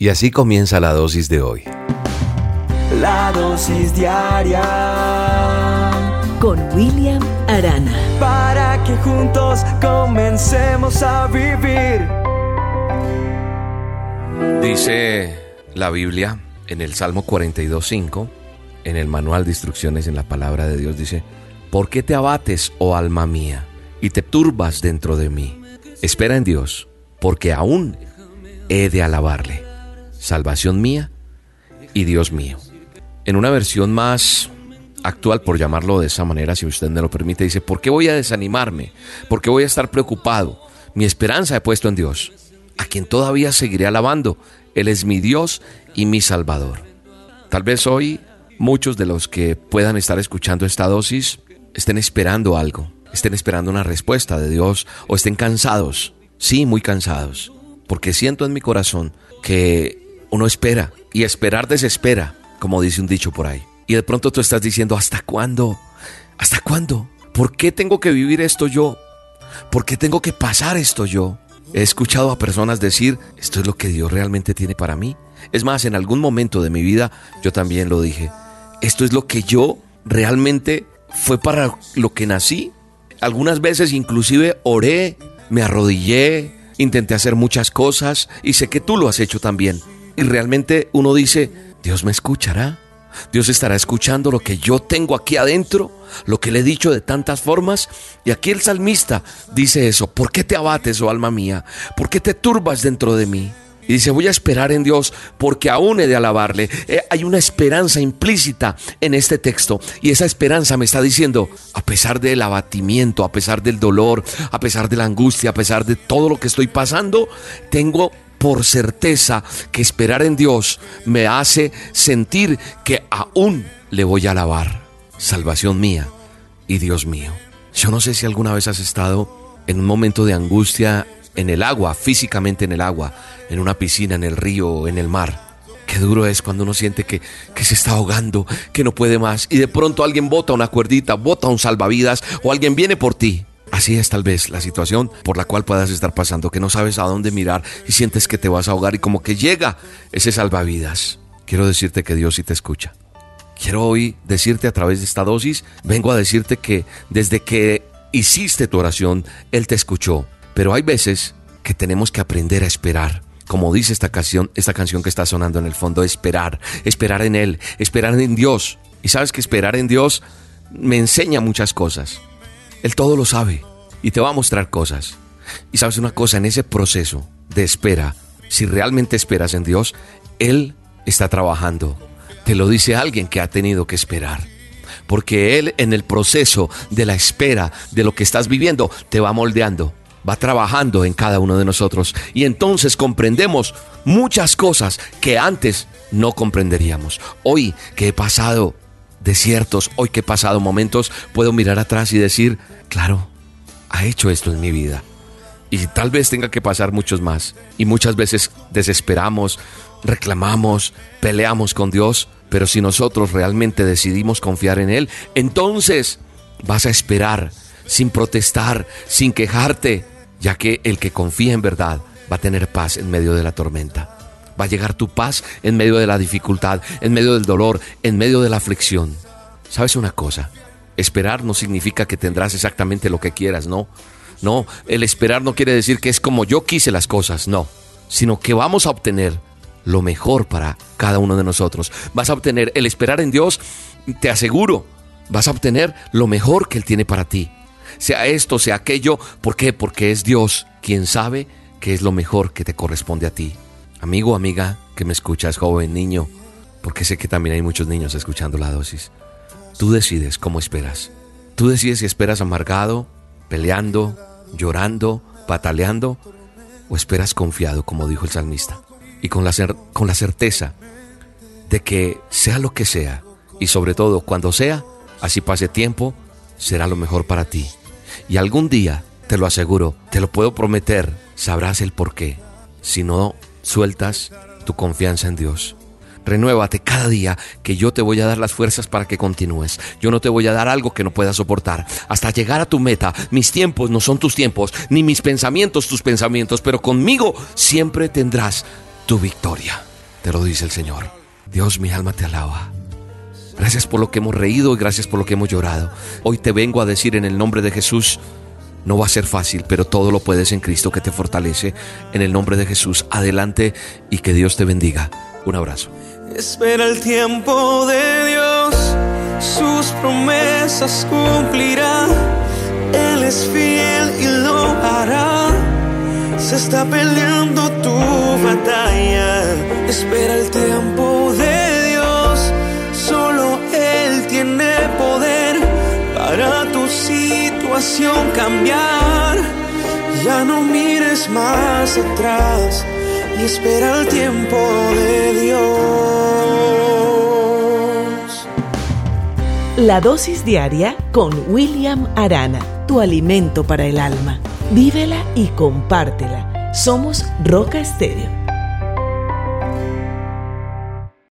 Y así comienza la dosis de hoy. La dosis diaria con William Arana. para que juntos comencemos a vivir. Dice la Biblia en el Salmo 42:5, en el manual de instrucciones en la palabra de Dios, dice: ¿por qué te abates, oh alma mía, y te turbas dentro de mí? Espera en Dios, porque aún he de alabarle, salvación mía y Dios mío. En una versión más actual, por llamarlo de esa manera, si usted me lo permite, dice: ¿por qué voy a desanimarme? ¿Por qué voy a estar preocupado? Mi esperanza he puesto en Dios, a quien todavía seguiré alabando. Él es mi Dios y mi Salvador. Tal vez hoy muchos de los que puedan estar escuchando esta dosis estén esperando algo, estén esperando una respuesta de Dios, o estén cansados, sí, muy cansados, porque siento en mi corazón que uno espera, y esperar desespera, como dice un dicho por ahí. Y de pronto tú estás diciendo: ¿hasta cuándo? ¿Hasta cuándo? ¿Por qué tengo que vivir esto yo? ¿Por qué tengo que pasar esto yo? He escuchado a personas decir: ¿esto es lo que Dios realmente tiene para mí? Es más, en algún momento de mi vida yo también lo dije: ¿esto es lo que yo realmente fue para lo que nací? Algunas veces inclusive oré, me arrodillé, intenté hacer muchas cosas, y sé que tú lo has hecho también. Y realmente uno dice: ¿Dios me escuchará? ¿Dios estará escuchando lo que yo tengo aquí adentro? Lo que le he dicho de tantas formas. Y aquí el salmista dice eso: ¿por qué te abates, oh alma mía? ¿Por qué te turbas dentro de mí? Y dice: voy a esperar en Dios, porque aún he de alabarle. Hay una esperanza implícita en este texto, y esa esperanza me está diciendo: a pesar del abatimiento, a pesar del dolor, a pesar de la angustia, a pesar de todo lo que estoy pasando, tengo por certeza que esperar en Dios me hace sentir que aún le voy a alabar, salvación mía y Dios mío. Yo no sé si alguna vez has estado en un momento de angustia en el agua, físicamente en el agua, en una piscina, en el río, en el mar. Qué duro es cuando uno siente que se está ahogando, que no puede más, y de pronto alguien bota una cuerdita, bota un salvavidas, o alguien viene por ti. Así es tal vez la situación por la cual puedas estar pasando, que no sabes a dónde mirar y sientes que te vas a ahogar, y como que llega ese salvavidas. Quiero decirte que Dios sí te escucha. Quiero hoy decirte, a través de esta dosis, vengo a decirte que desde que hiciste tu oración, Él te escuchó. Pero hay veces que tenemos que aprender a esperar. Como dice esta canción que está sonando en el fondo: esperar en Él, esperar en Dios. Y sabes que esperar en Dios me enseña muchas cosas. Él todo lo sabe y te va a mostrar cosas. Y sabes una cosa, en ese proceso de espera, si realmente esperas en Dios, Él está trabajando. Te lo dice alguien que ha tenido que esperar. Porque Él, en el proceso de la espera de lo que estás viviendo, te va moldeando, va trabajando en cada uno de nosotros. Y entonces comprendemos muchas cosas que antes no comprenderíamos. Hoy que he pasado desiertos, hoy que he pasado momentos, puedo mirar atrás y decir: claro, ha hecho esto en mi vida. Y tal vez tenga que pasar muchos más. Y muchas veces desesperamos, reclamamos, peleamos con Dios. Pero si nosotros realmente decidimos confiar en Él, entonces vas a esperar sin protestar, sin quejarte, ya que el que confía en verdad va a tener paz en medio de la tormenta. Va a llegar tu paz en medio de la dificultad, en medio del dolor, en medio de la aflicción. ¿Sabes una cosa? Esperar no significa que tendrás exactamente lo que quieras, no. No, el esperar no quiere decir que es como yo quise las cosas, no. Sino que vamos a obtener lo mejor para cada uno de nosotros. Vas a obtener, el esperar en Dios, te aseguro, vas a obtener lo mejor que Él tiene para ti. Sea esto, sea aquello. ¿Por qué? Porque es Dios quien sabe qué es lo mejor que te corresponde a ti. Amigo, amiga, que me escuchas, joven, niño, porque sé que también hay muchos niños escuchando la dosis. Tú decides cómo esperas. Tú decides si esperas amargado, peleando, llorando, pataleando, o esperas confiado, como dijo el salmista, y con la certeza de que sea lo que sea, y sobre todo cuando sea, así pase tiempo, será lo mejor para ti. Y algún día, te lo aseguro, te lo puedo prometer, sabrás el porqué. Si no sueltas tu confianza en Dios. Renuévate cada día, que yo te voy a dar las fuerzas para que continúes. Yo no te voy a dar algo que no puedas soportar hasta llegar a tu meta. Mis tiempos no son tus tiempos, ni mis pensamientos tus pensamientos, pero conmigo siempre tendrás tu victoria. Te lo dice el Señor. Dios, mi alma te alaba. Gracias por lo que hemos reído y gracias por lo que hemos llorado. Hoy te vengo a decir en el nombre de Jesús, no va a ser fácil, pero todo lo puedes en Cristo que te fortalece. En el nombre de Jesús, adelante y que Dios te bendiga. Un abrazo. Espera el tiempo de Dios, sus promesas cumplirá. Él es fiel y lo hará. Se está peleando tu batalla. Espera el tiempo de Dios, solo Él tiene poder para tu situación cambiar. Ya no mires más atrás y espera el tiempo de Dios. La dosis diaria con William Arana, tu alimento para el alma. Vívela y compártela. Somos Roca Estéreo.